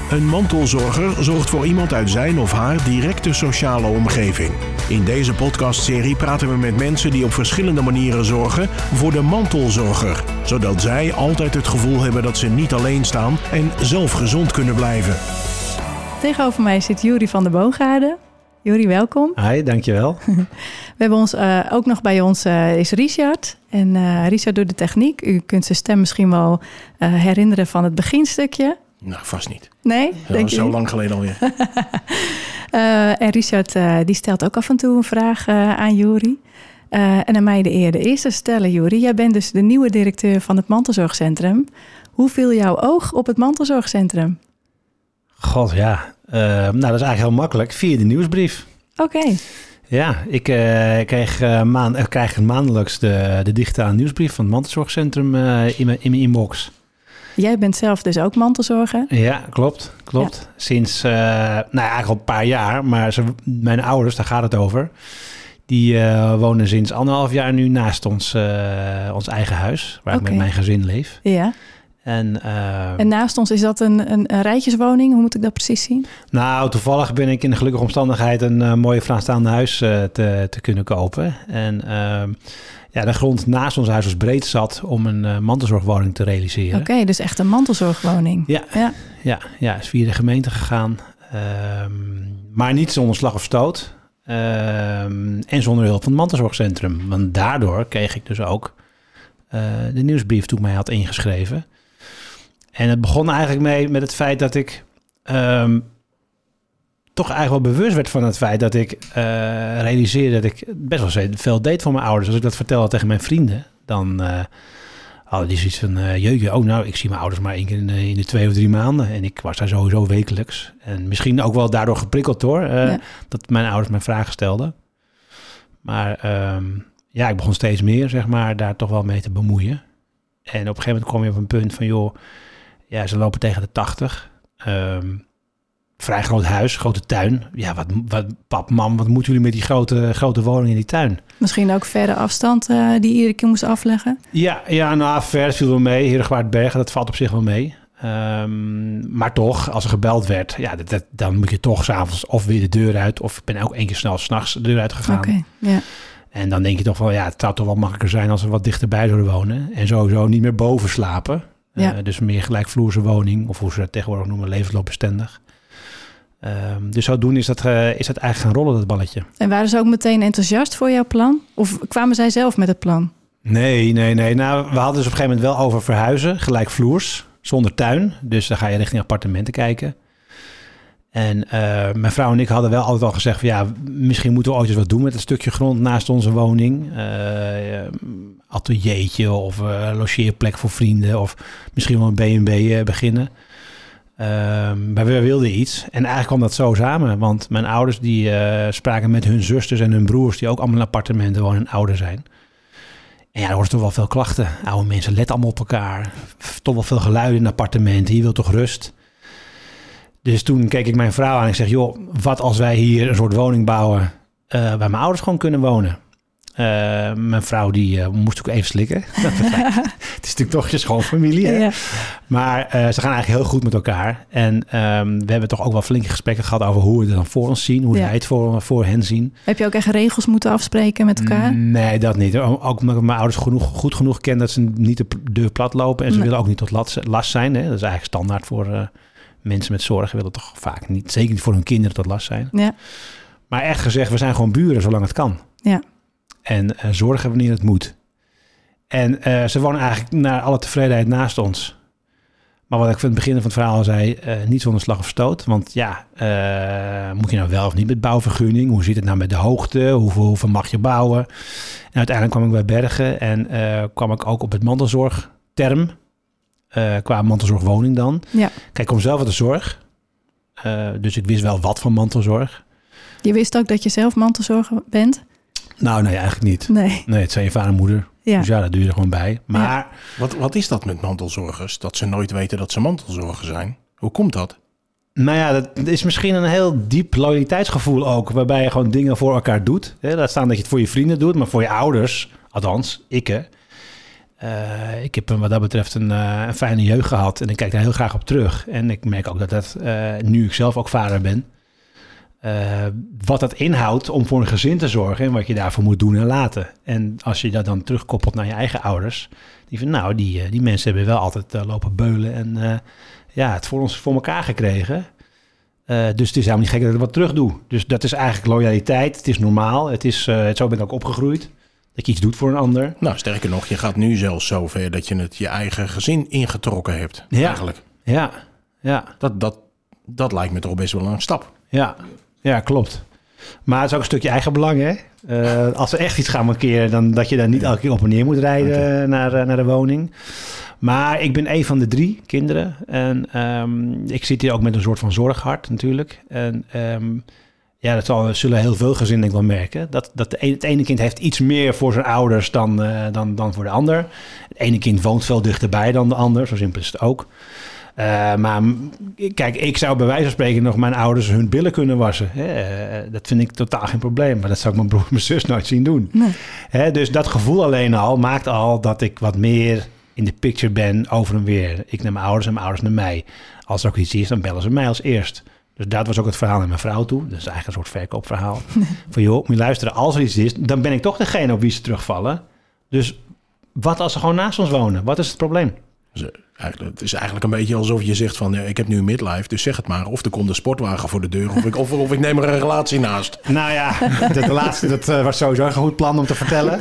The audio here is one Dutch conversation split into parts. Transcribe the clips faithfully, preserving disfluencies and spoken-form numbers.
Een mantelzorger zorgt voor iemand uit zijn of haar directe sociale omgeving. In deze podcastserie praten we met mensen die op verschillende manieren zorgen voor de mantelzorger. Zodat zij altijd het gevoel hebben dat ze niet alleen staan en zelf gezond kunnen blijven. Tegenover mij zit Juri van der Boongaarden. Juri, welkom. Hi, dankjewel. We hebben ons uh, ook nog bij ons uh, is Richard. En uh, Richard doet de techniek. U kunt zijn stem misschien wel uh, herinneren van het beginstukje. Nou, vast niet. Nee? Dat was zo lang geleden alweer. uh, en Richard uh, die stelt ook af en toe een vraag uh, aan Juri. Uh, en aan mij de eer de eerste stellen, Juri. Jij bent dus de nieuwe directeur van het mantelzorgcentrum. Hoe viel jouw oog op het mantelzorgcentrum? God, ja. Uh, nou, dat is eigenlijk heel makkelijk. Via de nieuwsbrief. Oké. Okay. Ja, ik uh, kreeg, uh, maand, uh, krijg maandelijks de, de digitale nieuwsbrief van het mantelzorgcentrum uh, in, mijn, in mijn inbox. Jij bent zelf dus ook mantelzorger? Ja, klopt. klopt. Ja. Sinds, uh, nou ja, eigenlijk al een paar jaar. Maar ze, mijn ouders, daar gaat het over. Die uh, wonen sinds anderhalf jaar nu naast ons, uh, ons eigen huis. Waar okay. ik met mijn gezin leef. Ja. En, uh, en naast ons, is dat een, een, een rijtjeswoning? Hoe moet ik dat precies zien? Nou, toevallig ben ik in de gelukkige omstandigheid een uh, mooie vrijstaande huis uh, te, te kunnen kopen. En uh, ja, de grond naast ons huis was breed zat om een uh, mantelzorgwoning te realiseren. Oké, okay, dus echt een mantelzorgwoning. Ja, ja. ja, ja is via de gemeente gegaan. Uh, maar niet zonder slag of stoot. Uh, en zonder hulp van het mantelzorgcentrum. Want daardoor kreeg ik dus ook uh, de nieuwsbrief toen ik mij had ingeschreven. En het begon eigenlijk mee met het feit dat ik um, toch eigenlijk wel bewust werd van het feit dat ik uh, realiseerde dat ik best wel veel deed voor mijn ouders. Als ik dat vertelde tegen mijn vrienden, dan uh, hadden die zoiets van, uh, jeetje, oh nou, ik zie mijn ouders maar één keer in de, in de twee of drie maanden. En ik was daar sowieso wekelijks. En misschien ook wel daardoor geprikkeld hoor, uh, ja. dat mijn ouders mij vragen stelden. Maar um, ja, ik begon steeds meer, zeg maar, daar toch wel mee te bemoeien. En op een gegeven moment kwam je op een punt van, joh, ja, ze lopen tegen de tachtig. Um, vrij groot huis, grote tuin. Ja, wat, wat pap, mam, wat moeten jullie met die grote, grote woning in die tuin? Misschien ook verre afstand uh, die je iedere keer moest afleggen? Ja, ja nou, ver viel wel mee. Heerdegewaardbergen, dat valt op zich wel mee. Um, maar toch, als er gebeld werd, ja, dat, dat, dan moet je toch 's avonds of weer de deur uit. Of ik ben ook één keer snel 's nachts de deur uit gegaan. Oké, okay, ja. En dan denk je toch van, ja, het zou toch wel makkelijker zijn als we wat dichterbij zouden wonen. En sowieso niet meer boven slapen. Ja. Uh, dus meer gelijkvloerse woning, of hoe ze dat tegenwoordig noemen, levensloopbestendig. Um, dus zodoende is dat, uh, is dat eigenlijk gaan rollen, dat balletje. En waren ze ook meteen enthousiast voor jouw plan? Of kwamen zij zelf met het plan? Nee, nee, nee. Nou, we hadden dus op een gegeven moment wel over verhuizen, gelijkvloers, zonder tuin. Dus dan ga je richting appartementen kijken. En uh, mijn vrouw en ik hadden wel altijd al gezegd van, ja, misschien moeten we ooit eens wat doen met het stukje grond naast onze woning. Uh, uh, ateliertje of uh, logeerplek voor vrienden of misschien wel een B en B uh, beginnen. Uh, maar we wilden iets. En eigenlijk kwam dat zo samen, want mijn ouders die uh, spraken met hun zusters en hun broers die ook allemaal in appartementen wonen en ouder zijn. En ja, er horen toch wel veel klachten. Oude mensen letten allemaal op elkaar. Toch wel veel geluiden in appartementen. Je wilt toch rust? Dus toen keek ik mijn vrouw aan en ik zeg, joh, wat als wij hier een soort woning bouwen uh, waar mijn ouders gewoon kunnen wonen? Uh, mijn vrouw die uh, moest ook even slikken. Het is natuurlijk toch je schoonfamilie. Hè? Ja. Maar uh, ze gaan eigenlijk heel goed met elkaar. En um, we hebben toch ook wel flinke gesprekken gehad over hoe we het dan voor ons zien. Hoe ja. wij het voor, voor hen zien. Heb je ook echt regels moeten afspreken met elkaar? Nee, dat niet. Ook omdat mijn ouders genoeg, goed genoeg kennen dat ze niet de deur plat lopen. En ze nee. willen ook niet tot last zijn. Hè? Dat is eigenlijk standaard voor uh, mensen met zorgen. Willen toch vaak niet, zeker niet voor hun kinderen tot last zijn. Ja. Maar echt gezegd, we zijn gewoon buren zolang het kan. Ja. En uh, zorgen wanneer het moet. En uh, ze wonen eigenlijk naar alle tevredenheid naast ons. Maar wat ik van het begin van het verhaal zei, uh, niet zonder slag of stoot. Want ja, uh, moet je nou wel of niet met bouwvergunning? Hoe zit het nou met de hoogte? Hoeveel, hoeveel mag je bouwen? En uiteindelijk kwam ik bij Bergen en uh, kwam ik ook op het mantelzorgterm. Uh, qua mantelzorgwoning dan. Ja. Kijk, ik kom zelf uit de zorg. Uh, dus ik wist wel wat van mantelzorg. Je wist ook dat je zelf mantelzorger bent? Nou, nee, eigenlijk niet. Nee, nee het zijn je vader en moeder. Ja. Dus ja, dat doe je er gewoon bij. Maar ja. wat, wat is dat met mantelzorgers? Dat ze nooit weten dat ze mantelzorger zijn? Hoe komt dat? Nou ja, dat is misschien een heel diep loyaliteitsgevoel ook. Waarbij je gewoon dingen voor elkaar doet. Laat staan dat je het voor je vrienden doet. Maar voor je ouders, althans, ik hè. Uh, ik heb wat dat betreft een, uh, een fijne jeugd gehad en ik kijk daar heel graag op terug. En ik merk ook dat dat, uh, nu ik zelf ook vader ben, uh, wat dat inhoudt om voor een gezin te zorgen en wat je daarvoor moet doen en laten. En als je dat dan terugkoppelt naar je eigen ouders, die van nou, die, uh, die mensen hebben wel altijd uh, lopen beulen en uh, ja, het voor ons voor elkaar gekregen. Uh, dus het is helemaal niet gek dat ik wat terug doe. Dus dat is eigenlijk loyaliteit, het is normaal, het is, uh, zo ben ik ook opgegroeid. Dat je iets doet voor een ander. Nou, sterker nog, je gaat nu zelfs zover dat je het je eigen gezin ingetrokken hebt. Ja. Eigenlijk. Ja, ja. Dat, dat, dat lijkt me toch best wel een stap. Ja, ja, klopt. Maar het is ook een stukje eigen belang, hè? Uh, als er echt iets gaat markeren, dan dat je daar niet elke keer op en neer moet rijden okay. naar, uh, naar de woning. Maar ik ben een van de drie kinderen. En um, ik zit hier ook met een soort van zorghart natuurlijk. En um, ja, dat zal, zullen heel veel gezinnen denk ik wel merken. Dat, dat de ene, het ene kind heeft iets meer voor zijn ouders dan, uh, dan, dan voor de ander. Het ene kind woont veel dichterbij dan de ander. Zo simpel is het ook. Uh, maar kijk, ik zou bij wijze van spreken nog mijn ouders hun billen kunnen wassen. Uh, dat vind ik totaal geen probleem. Maar dat zou ik mijn broer en mijn zus nooit zien doen. Nee. Uh, dus dat gevoel alleen al maakt al dat ik wat meer in de picture ben over en weer. Ik naar mijn ouders en mijn ouders naar mij. Als er ook iets is, dan bellen ze mij als eerst. Dus dat was ook het verhaal naar mijn vrouw toe. Dat is eigenlijk een soort verkoopverhaal. Nee. Van joh, moet je luisteren, als er iets is, dan ben ik toch degene op wie ze terugvallen. Dus wat als ze gewoon naast ons wonen? Wat is het probleem? Dus, eigenlijk, het is eigenlijk een beetje alsof je zegt van, ja, ik heb nu een midlife, dus zeg het maar. Of er komt een sportwagen voor de deur, of ik, of, of ik neem er een relatie naast. Nou ja, dat laatste dat, uh, was sowieso een goed plan om te vertellen.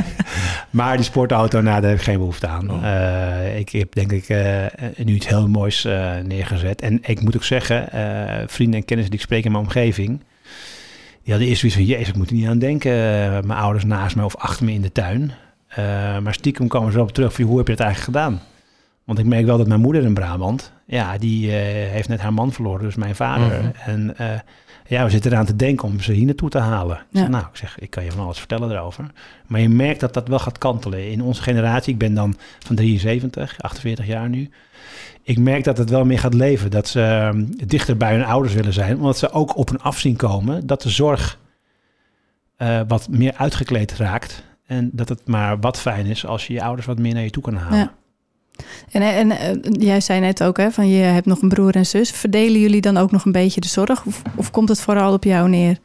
Maar die sportauto, nou, daar heb ik geen behoefte aan. Oh. Uh, ik heb denk ik uh, nu iets heel moois uh, neergezet. En ik moet ook zeggen, uh, vrienden en kennissen die ik spreek in mijn omgeving, die hadden eerst zoiets van, jezus, ik moet er niet aan denken. Uh, mijn ouders naast me of achter me in de tuin. Uh, maar stiekem komen ze erop terug van, hoe heb je het eigenlijk gedaan? Want ik merk wel dat mijn moeder in Brabant, ja, die uh, heeft net haar man verloren, dus mijn vader. Mm-hmm. En uh, ja, we zitten eraan te denken om ze hier naartoe te halen. Ja. Ik zeg, nou, ik zeg, ik kan je van alles vertellen erover. Maar je merkt dat dat wel gaat kantelen. In onze generatie, ik ben dan van drieënzeventig, achtenveertig jaar nu. Ik merk dat het wel meer gaat leven. Dat ze uh, dichter bij hun ouders willen zijn. Omdat ze ook op een afzien komen dat de zorg uh, wat meer uitgekleed raakt. En dat het maar wat fijn is als je je ouders wat meer naar je toe kan halen. Ja. En, en uh, jij zei net ook, hè, van je hebt nog een broer en zus. Verdelen jullie dan ook nog een beetje de zorg? Of, of komt het vooral op jou neer?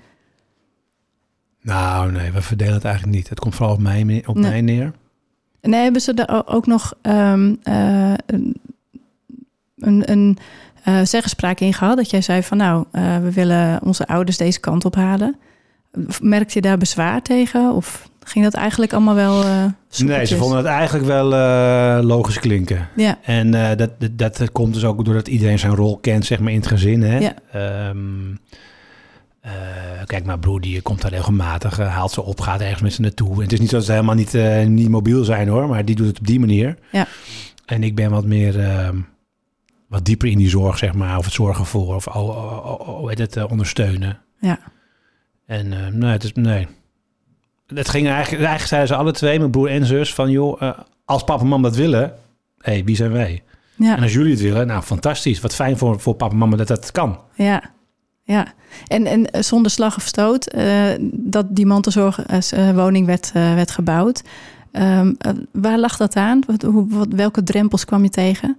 Nou, nee, we verdelen het eigenlijk niet. Het komt vooral op mij, op nee. mij neer. En hebben ze er ook nog um, uh, een, een uh, zeggenspraak in gehad? Dat jij zei van, nou, uh, we willen onze ouders deze kant op halen. Merkte je daar bezwaar tegen? Of ging dat eigenlijk allemaal wel uh, Nee, ze vonden het eigenlijk wel uh, logisch klinken. Ja. En uh, dat, dat, dat komt dus ook doordat iedereen zijn rol kent, zeg maar, in het gezin. Hè? Ja. Um, uh, kijk, mijn broer die komt daar regelmatig, uh, haalt ze op, gaat ergens met ze naartoe. En het is niet zo dat ze helemaal niet, uh, niet mobiel zijn, hoor. Maar die doet het op die manier. Ja. En ik ben wat meer, uh, wat dieper in die zorg, zeg maar. Of het zorgen voor, of oh, oh, oh, oh, het uh, ondersteunen. Ja. En uh, nee, het is, nee. Het ging eigenlijk, eigenlijk zeiden ze alle twee, mijn broer en zus, van joh, uh, als papa en mama dat willen, hé, hey, wie zijn wij? Ja. En als jullie het willen, nou fantastisch. Wat fijn voor, voor papa en mama dat dat kan. Ja, ja. En, en zonder slag of stoot, uh, dat die mantelzorgwoning uh, werd, uh, werd gebouwd. Um, uh, waar lag dat aan? Wat, hoe, wat, welke drempels kwam je tegen?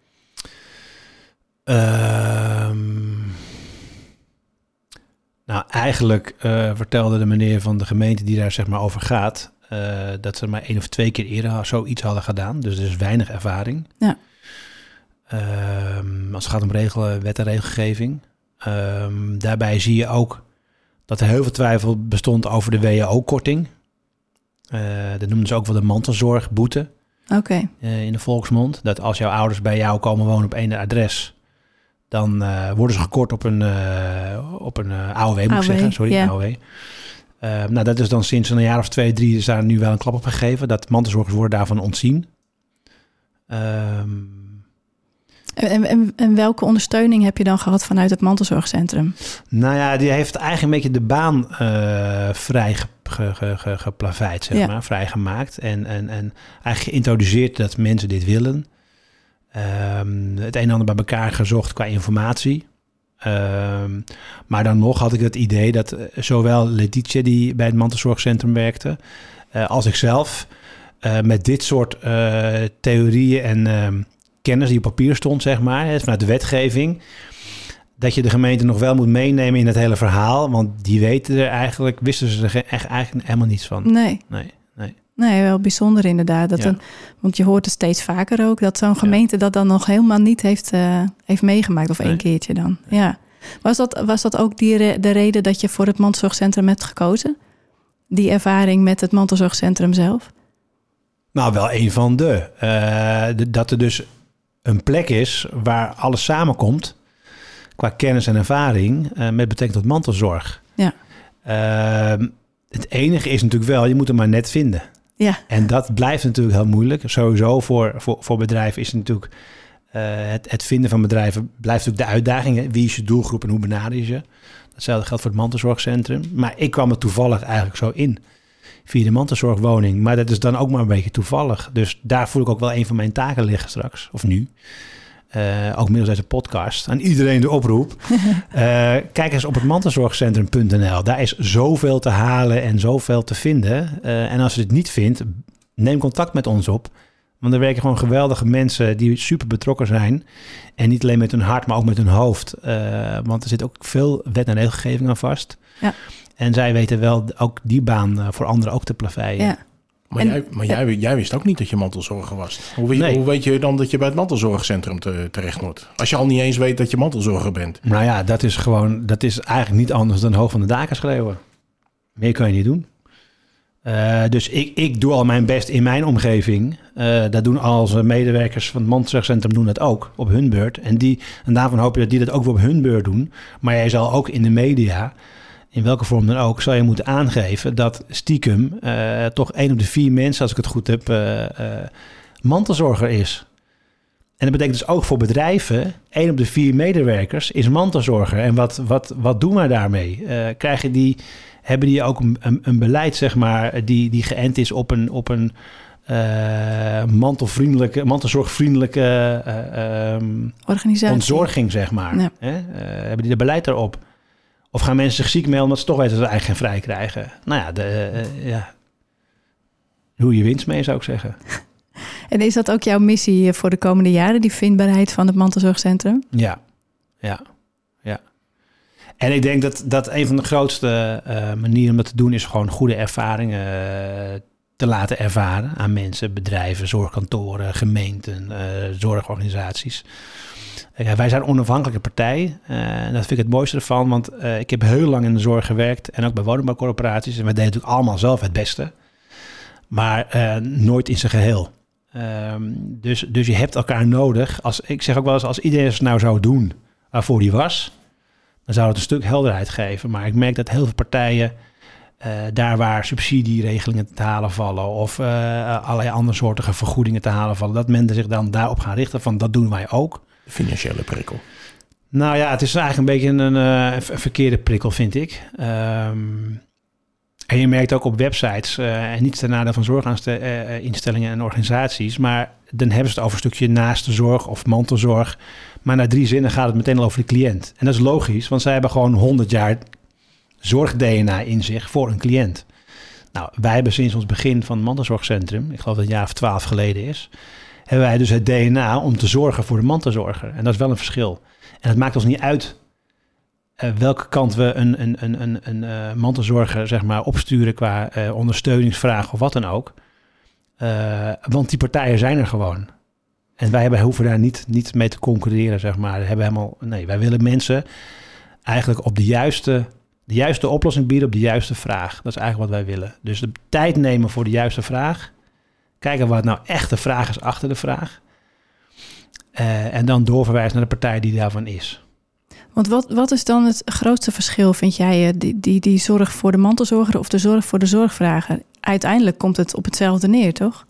Um... Nou, eigenlijk uh, vertelde de meneer van de gemeente die daar zeg maar over gaat, Uh, dat ze maar één of twee keer eerder zoiets hadden gedaan. Dus er is weinig ervaring. Ja. Um, als het gaat om regelen, wet en regelgeving. Um, daarbij zie je ook dat er heel veel twijfel bestond over de W A O-korting. Uh, dat noemden ze ook wel de mantelzorgboete. Okay. Uh, in de volksmond. Dat als jouw ouders bij jou komen wonen op één adres, dan uh, worden ze gekort op een, uh, op een uh, A O W, moet ik zeggen. Sorry, yeah. A O W. Uh, nou, dat is dan sinds een jaar of twee, drie is daar nu wel een klap op gegeven. Dat mantelzorgers worden daarvan ontzien. Um, En, en, en welke ondersteuning heb je dan gehad vanuit het mantelzorgcentrum? Nou ja, die heeft eigenlijk een beetje de baan uh, vrij ge, ge, ge, ge, geplaveid, zeg ja. maar, vrijgemaakt. En, en, en eigenlijk geïntroduceerd dat mensen dit willen. Um, het een en ander bij elkaar gezocht qua informatie. Um, maar dan nog had ik het idee dat uh, zowel Letitia, die bij het mantelzorgcentrum werkte, uh, als ik zelf uh, met dit soort uh, theorieën en uh, kennis die op papier stond, zeg maar, hè, vanuit de wetgeving, dat je de gemeente nog wel moet meenemen in het hele verhaal, want die weten er eigenlijk, wisten ze er echt eigenlijk helemaal niets van. Nee. Nee, nee. Nee, wel bijzonder inderdaad. Dat Ja. een, want je hoort het steeds vaker ook, dat zo'n gemeente ja. dat dan nog helemaal niet heeft, uh, heeft meegemaakt. Of nee. één keertje dan. Ja. Was dat, was dat ook die re- de reden dat je voor het mantelzorgcentrum hebt gekozen? Die ervaring met het mantelzorgcentrum zelf? Nou, wel een van de. Uh, de dat er dus een plek is waar alles samenkomt qua kennis en ervaring uh, met betrekking tot mantelzorg. Ja. Uh, het enige is natuurlijk wel, je moet hem maar net vinden. Ja. En dat blijft natuurlijk heel moeilijk. Sowieso voor, voor, voor bedrijven is het natuurlijk uh, het, het vinden van bedrijven blijft natuurlijk de uitdaging. Hè? Wie is je doelgroep en hoe benader je ze? Datzelfde geldt voor het mantelzorgcentrum. Maar ik kwam er toevallig eigenlijk zo in via de mantelzorgwoning. Maar dat is dan ook maar een beetje toevallig. Dus daar voel ik ook wel een van mijn taken liggen straks. Of nu. Uh, ook middels deze podcast. Aan iedereen de oproep. uh, kijk eens op het mantelzorgcentrum punt n l. Daar is zoveel te halen en zoveel te vinden. Uh, en als je het niet vindt, neem contact met ons op. Want er werken gewoon geweldige mensen die super betrokken zijn. En niet alleen met hun hart, maar ook met hun hoofd. Uh, want er zit ook veel wet en regelgeving aan vast. Ja. En zij weten wel ook die baan uh, voor anderen ook te plaveien. Ja. Maar, en, jij, maar jij, jij wist ook niet dat je mantelzorger was. Hoe weet, nee. hoe weet je dan dat je bij het mantelzorgcentrum te, terecht moet? Als je al niet eens weet dat je mantelzorger bent. Nou ja, dat is gewoon, dat is eigenlijk niet anders dan hoog van de daken schreeuwen. Meer kan je niet doen. Uh, dus ik, ik doe al mijn best in mijn omgeving. Uh, dat doen al onze medewerkers van het mantelzorgcentrum doen dat ook op hun beurt. En, die, en daarvan hoop je dat die dat ook weer op hun beurt doen. Maar jij zal ook in de media, in welke vorm dan ook, zal je moeten aangeven dat stiekem uh, toch één op de vier mensen, als ik het goed heb, uh, uh, mantelzorger is. En dat betekent dus ook voor bedrijven, één op de vier medewerkers is mantelzorger. En wat, wat, wat doen we daarmee? Uh, krijgen die, hebben die ook een, een, een beleid, zeg maar, die, die geënt is op een, op een uh, mantelvriendelijke, mantelzorgvriendelijke uh, um, organisatie, ontzorging, zeg maar. Ja. Hè? Uh, hebben die er beleid daarop? Of gaan mensen zich ziek melden omdat ze toch weten dat ze eigenlijk geen vrij krijgen? Nou ja, de, uh, ja. Doe je winst mee, zou ik zeggen. En is dat ook jouw missie voor de komende jaren, die vindbaarheid van het mantelzorgcentrum? Ja, ja, ja. En ik denk dat, dat een van de grootste uh, manieren om dat te doen is gewoon goede ervaringen uh, te laten ervaren aan mensen, bedrijven, zorgkantoren, gemeenten, uh, zorgorganisaties. Uh, wij zijn een onafhankelijke partij. Uh, en dat vind ik het mooiste ervan, want uh, ik heb heel lang in de zorg gewerkt en ook bij woningbouwcorporaties. En wij deden natuurlijk allemaal zelf het beste, maar uh, nooit in zijn geheel. Um, dus, dus je hebt elkaar nodig. Als, ik zeg ook wel eens, als iedereen het nou zou doen waarvoor die was, dan zou het een stuk helderheid geven. Maar ik merk dat heel veel partijen, uh, daar waar subsidieregelingen te halen vallen of uh, allerlei andere soortige vergoedingen te halen vallen, dat mensen zich dan daarop gaan richten van dat doen wij ook. De financiële prikkel. Nou ja, het is eigenlijk een beetje een, uh, een verkeerde prikkel, vind ik. Um, En je merkt ook op websites, uh, en niet ten nadele van zorginstellingen en organisaties, maar dan hebben ze het over een stukje naaste zorg of mantelzorg. Maar na drie zinnen gaat het meteen al over de cliënt. En dat is logisch, want zij hebben gewoon honderd jaar zorg-D N A in zich voor een cliënt. Nou, wij hebben sinds ons begin van het mantelzorgcentrum, ik geloof dat het een jaar of twaalf geleden is, hebben wij dus het D N A om te zorgen voor de mantelzorger. En dat is wel een verschil. En het maakt ons niet uit Uh, welke kant we een, een, een, een, een uh, mantelzorger zeg maar, opsturen qua uh, ondersteuningsvraag of wat dan ook. Uh, want die partijen zijn er gewoon. En wij hebben, hoeven daar niet, niet mee te concurreren, zeg maar. We hebben helemaal, nee, wij willen mensen eigenlijk op de juiste, de juiste oplossing bieden op de juiste vraag. Dat is eigenlijk wat wij willen. Dus de tijd nemen voor de juiste vraag. Kijken wat nou echt de vraag is achter de vraag. Uh, en dan doorverwijzen naar de partij die daarvan is. Want wat, wat is dan het grootste verschil, vind jij, die, die, die zorg voor de mantelzorger of de zorg voor de zorgvrager? Uiteindelijk komt het op hetzelfde neer, toch?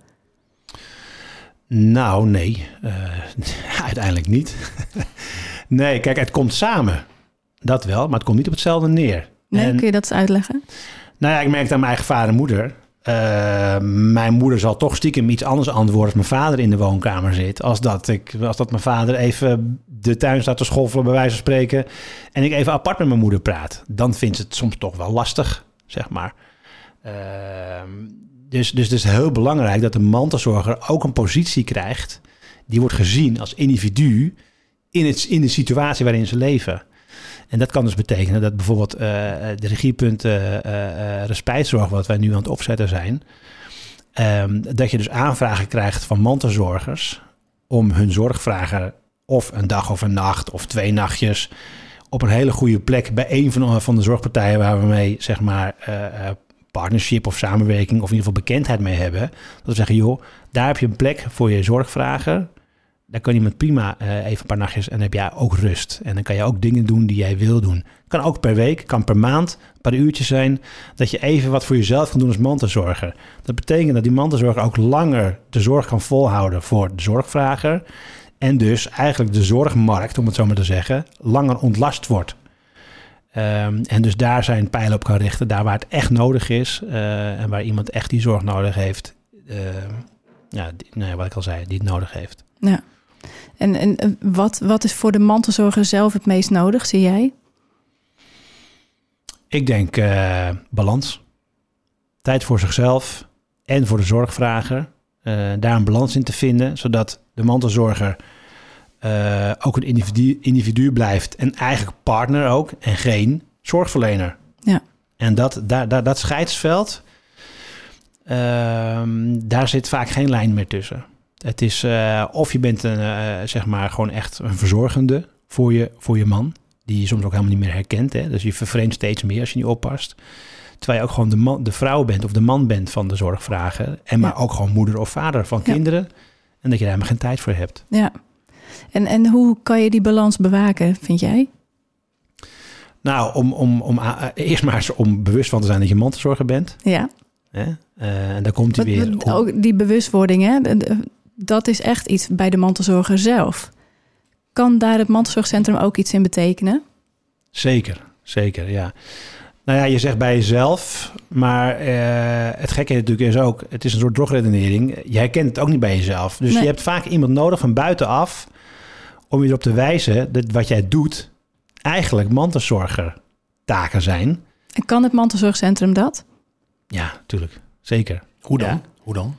Nou, nee. Uh, uiteindelijk niet. Nee, kijk, het komt samen. Dat wel, maar het komt niet op hetzelfde neer. Nee, en, kun je dat eens uitleggen? Nou ja, ik merk aan mijn eigen vader en moeder. Uh, mijn moeder zal toch stiekem iets anders antwoorden als mijn vader in de woonkamer zit. Als dat, ik, als dat mijn vader even de tuin staat te schoffelen, bij wijze van spreken. En ik even apart met mijn moeder praat. Dan vindt ze het soms toch wel lastig, zeg maar. Uh, dus, dus het is heel belangrijk dat de mantelzorger ook een positie krijgt die wordt gezien als individu in, het, in de situatie waarin ze leven. En dat kan dus betekenen dat bijvoorbeeld uh, de regiepunten uh, uh, respijtzorg, wat wij nu aan het opzetten zijn, um, dat je dus aanvragen krijgt van mantelzorgers om hun zorgvragen of een dag of een nacht of twee nachtjes op een hele goede plek bij een van, van de zorgpartijen waar we mee, zeg maar, uh, uh, partnership of samenwerking of in ieder geval bekendheid mee hebben. Dat we zeggen, joh, daar heb je een plek voor je zorgvragen. Daar kan iemand prima uh, even een paar nachtjes en dan heb jij ook rust. En dan kan je ook dingen doen die jij wil doen. Kan ook per week, kan per maand, een paar uurtjes zijn, dat je even wat voor jezelf kan doen als mantelzorger. Dat betekent dat die mantelzorger ook langer de zorg kan volhouden voor de zorgvrager. En dus eigenlijk de zorgmarkt, om het zo maar te zeggen, langer ontlast wordt. Um, en dus daar zijn pijlen op kan richten, daar waar het echt nodig is. Uh, en waar iemand echt die zorg nodig heeft. Uh, ja, die, nou ja, wat ik al zei, die het nodig heeft. Ja. En, en wat, wat is voor de mantelzorger zelf het meest nodig, zie jij? Ik denk uh, balans. Tijd voor zichzelf en voor de zorgvrager. Uh, daar een balans in te vinden, zodat de mantelzorger uh, ook een individu, individu blijft en eigenlijk partner ook en geen zorgverlener. Ja. En dat, daar, daar, dat scheidsveld, uh, daar zit vaak geen lijn meer tussen. Het is uh, of je bent een, uh, zeg maar gewoon echt een verzorgende voor je, voor je man, die je soms ook helemaal niet meer herkent. Hè? Dus je vervreemdt steeds meer als je niet oppast. Terwijl je ook gewoon de, man, de vrouw bent of de man bent van de zorgvragen. En maar ja. ook gewoon moeder of vader van ja. kinderen. En dat je daar helemaal geen tijd voor hebt. Ja. En, en hoe kan je die balans bewaken, vind jij? Nou, om, om, om uh, eerst maar eens om bewust van te zijn dat je mantelzorger bent. Ja. Hè? Uh, en daar komt hij weer. Om... Ook die bewustwording, hè? Dat is echt iets bij de mantelzorger zelf. Kan daar het mantelzorgcentrum ook iets in betekenen? Zeker, zeker, ja. Nou ja, je zegt bij jezelf, maar uh, het gekke natuurlijk is ook, het is een soort drogredenering. Je herkent het ook niet bij jezelf. Dus nee. je hebt vaak iemand nodig van buitenaf om je erop te wijzen dat wat jij doet eigenlijk mantelzorgertaken zijn. En kan het mantelzorgcentrum dat? Ja, natuurlijk. Zeker. Hoe dan? Ja. Hoe dan?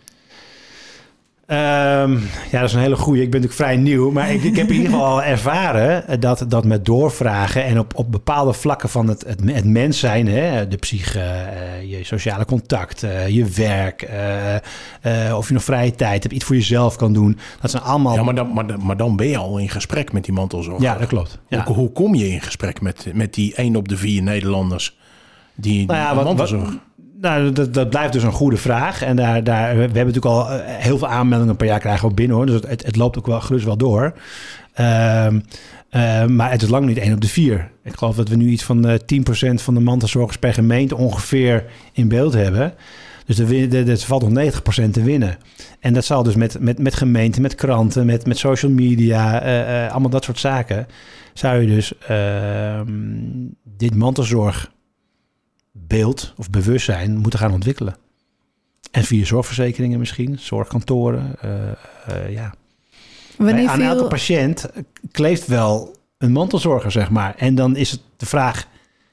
Um, ja, dat is een hele goeie. Ik ben natuurlijk vrij nieuw, maar ik, ik heb in ieder geval al ervaren dat, dat met doorvragen en op, op bepaalde vlakken van het, het, het mens zijn, hè, de psyche, uh, je sociale contact, uh, je werk, uh, uh, of je nog vrije tijd hebt, iets voor jezelf kan doen. Dat zijn allemaal... Ja, maar dan, maar, maar dan ben je al in gesprek met die mantelzorger. Ja, dat klopt. Ja. Hoe, hoe kom je in gesprek met, met die één op de vier Nederlanders die nou ja, wat, mantelzorger... Wat, Nou, dat, dat blijft dus een goede vraag. En daar, daar, we hebben natuurlijk al heel veel aanmeldingen per jaar krijgen we binnen, hoor. Dus het, het loopt ook wel gerust wel door. Uh, uh, maar het is lang niet één op de vier. Ik geloof dat we nu iets van uh, tien procent van de mantelzorgers per gemeente ongeveer in beeld hebben. Dus er, er valt nog negentig procent te winnen. En dat zal dus met, met, met gemeenten, met kranten, met, met social media, uh, uh, allemaal dat soort zaken, zou je dus uh, dit mantelzorg beeld of bewustzijn moeten gaan ontwikkelen. En via zorgverzekeringen misschien, zorgkantoren. Uh, uh, ja. Wanneer aan veel... elke patiënt kleeft wel een mantelzorger, zeg maar. En dan is het de vraag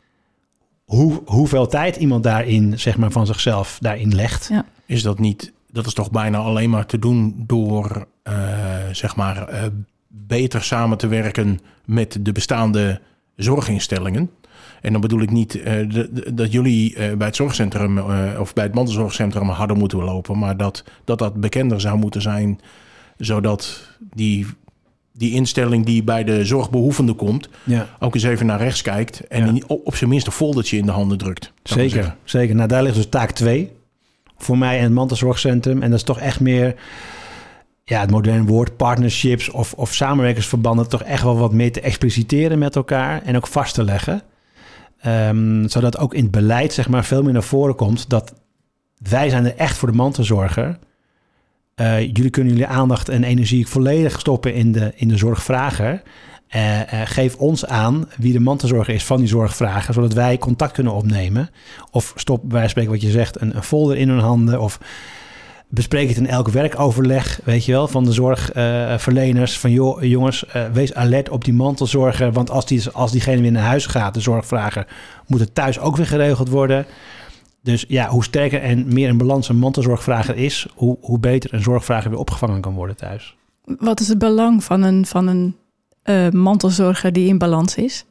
hoe, hoeveel tijd iemand daarin, zeg maar, van zichzelf daarin legt. Ja. Is dat niet, dat is toch bijna alleen maar te doen door, uh, zeg maar, uh, beter samen te werken met de bestaande zorginstellingen. En dan bedoel ik niet uh, de, de, dat jullie uh, bij het zorgcentrum uh, of bij het mantelzorgcentrum harder moeten lopen, maar dat, dat dat bekender zou moeten zijn, zodat die, die instelling die bij de zorgbehoevende komt, ja. ook eens even naar rechts kijkt en ja. op, op zijn minst een foldertje in de handen drukt. Zeker, zeker. Nou, daar ligt dus taak twee voor mij en het mantelzorgcentrum. En dat is toch echt meer, ja, het moderne woord partnerships of, of samenwerkingsverbanden, toch echt wel wat meer te expliciteren met elkaar en ook vast te leggen. Um, zodat ook in het beleid, zeg maar, veel meer naar voren komt dat wij zijn er echt voor de mantelzorger. Uh, jullie kunnen jullie aandacht en energie volledig stoppen in de, in de zorgvrager. Uh, uh, geef ons aan wie de mantelzorger is van die zorgvrager, zodat wij contact kunnen opnemen. Of stop, bij wijze van spreken wat je zegt, een, een folder in hun handen. Of bespreek het in elk werkoverleg, weet je wel, van de zorgverleners. Uh, van joh, jongens, uh, wees alert op die mantelzorger. Want als, die, als diegene weer naar huis gaat, de zorgvrager, moet het thuis ook weer geregeld worden. Dus ja, hoe sterker en meer in balans een mantelzorgvrager is, hoe, hoe beter een zorgvrager weer opgevangen kan worden thuis. Wat is het belang van een, van een uh, mantelzorger die in balans is?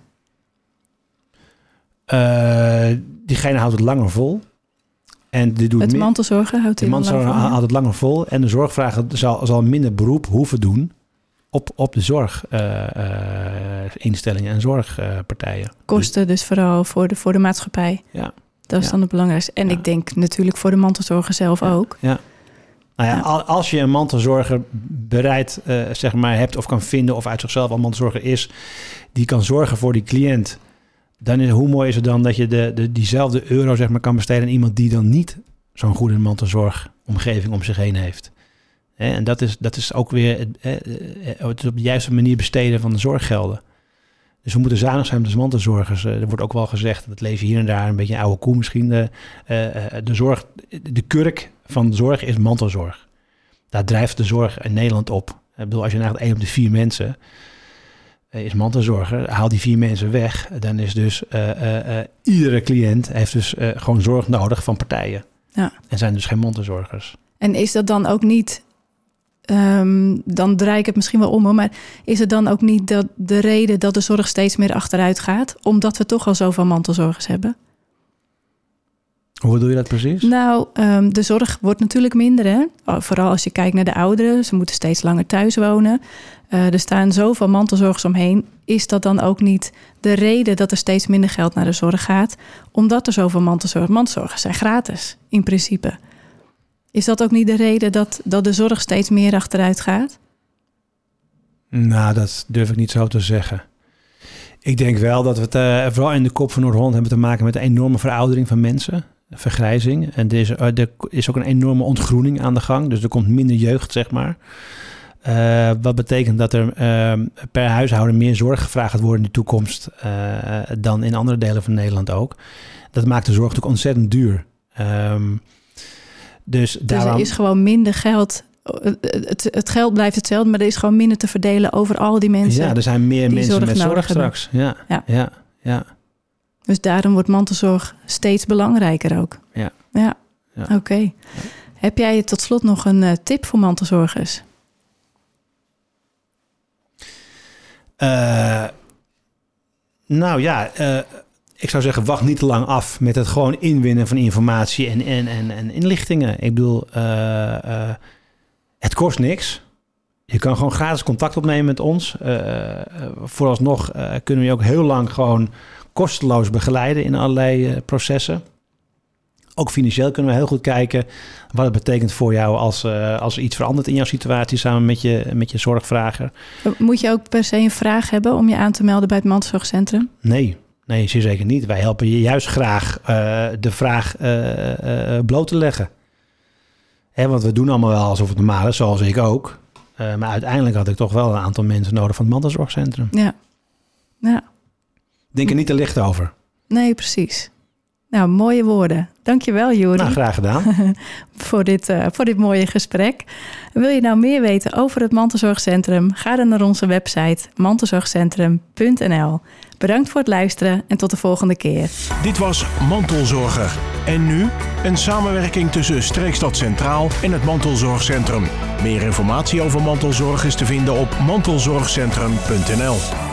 Uh, diegene houdt het langer vol. En die doet het meer, mantelzorger houdt de mantelzorger langer vol, houdt het langer vol. En de zorgvrager zal, zal minder beroep hoeven doen op, op de zorginstellingen uh, uh, en zorgpartijen. Kosten dus vooral voor de, voor de maatschappij. Ja. Dat is ja. dan het belangrijkste. En ja. ik denk natuurlijk voor de mantelzorger zelf ja. ook. Ja. Nou ja, ja, als je een mantelzorger bereid uh, zeg maar hebt of kan vinden of uit zichzelf al mantelzorger is, die kan zorgen voor die cliënt, dan is hoe mooi is het dan dat je de, de, diezelfde euro zeg maar kan besteden aan iemand die dan niet zo'n goede mantelzorgomgeving om zich heen heeft. He, en dat is, dat is ook weer het, het op de juiste manier besteden van de zorggelden. Dus we moeten zuinig zijn met de mantelzorgers. Er wordt ook wel gezegd, dat lees je hier en daar een beetje een oude koe misschien. De, de, zorg, de kurk van de zorg is mantelzorg. Daar drijft de zorg in Nederland op. Ik bedoel, als je naar één op de vier mensen is mantelzorger, haal die vier mensen weg. Dan is dus uh, uh, uh, iedere cliënt heeft dus uh, gewoon zorg nodig van partijen. Ja. En zijn dus geen mantelzorgers. En is dat dan ook niet, um, dan draai ik het misschien wel om, maar is het dan ook niet dat de reden dat de zorg steeds meer achteruit gaat, omdat we toch al zoveel mantelzorgers hebben? Hoe bedoel je dat precies? Nou, um, de zorg wordt natuurlijk minder, hè? Vooral als je kijkt naar de ouderen. Ze moeten steeds langer thuis wonen. Uh, er staan zoveel mantelzorgers omheen. Is dat dan ook niet de reden dat er steeds minder geld naar de zorg gaat? Omdat er zoveel mantelzorgers... Mantelzorgers zijn gratis, in principe. Is dat ook niet de reden dat, dat de zorg steeds meer achteruit gaat? Nou, dat durf ik niet zo te zeggen. Ik denk wel dat we het, uh, vooral in de kop van Noord-Holland hebben te maken met een enorme veroudering van mensen. Vergrijzing. En er is, er is ook een enorme ontgroening aan de gang. Dus er komt minder jeugd, zeg maar. Uh, wat betekent dat er uh, per huishouden meer zorg gevraagd wordt in de toekomst uh, dan in andere delen van Nederland ook. Dat maakt de zorg natuurlijk ontzettend duur. Um, dus, dus daarom... er is gewoon minder geld. Het, het geld blijft hetzelfde, maar er is gewoon minder te verdelen over al die mensen. Ja, er zijn meer mensen zorg met zorg hebben. straks. Ja, ja, ja. ja. Dus daarom wordt mantelzorg steeds belangrijker ook. Ja. Ja, ja. oké. Okay. Ja. Heb jij tot slot nog een uh, tip voor mantelzorgers? Uh, nou ja, uh, ik zou zeggen, wacht niet te lang af met het gewoon inwinnen van informatie en, en, en, en inlichtingen. Ik bedoel, uh, uh, het kost niks. Je kan gewoon gratis contact opnemen met ons. Uh, uh, vooralsnog uh, kunnen we je ook heel lang gewoon kosteloos begeleiden in allerlei uh, processen. Ook financieel kunnen we heel goed kijken wat het betekent voor jou als, uh, als er iets verandert in jouw situatie samen met je, met je zorgvrager. Moet je ook per se een vraag hebben om je aan te melden bij het mantelzorgcentrum? Nee, nee, zeer zeker niet. Wij helpen je juist graag uh, de vraag uh, uh, bloot te leggen. Hè, want we doen allemaal wel alsof het normaal is, zoals ik ook. Uh, maar uiteindelijk had ik toch wel een aantal mensen nodig van het mantelzorgcentrum. Ja. Ja. Denk er niet te licht over. Nee, precies. Nou, mooie woorden. Dankjewel, Joeri. Nou, graag gedaan. voor, dit, uh, voor dit mooie gesprek. Wil je nou meer weten over het Mantelzorgcentrum? Ga dan naar onze website mantelzorgcentrum punt n l. Bedankt voor het luisteren en tot de volgende keer. Dit was Mantelzorger. En nu een samenwerking tussen Streekstad Centraal en het Mantelzorgcentrum. Meer informatie over mantelzorg is te vinden op mantelzorgcentrum punt n l.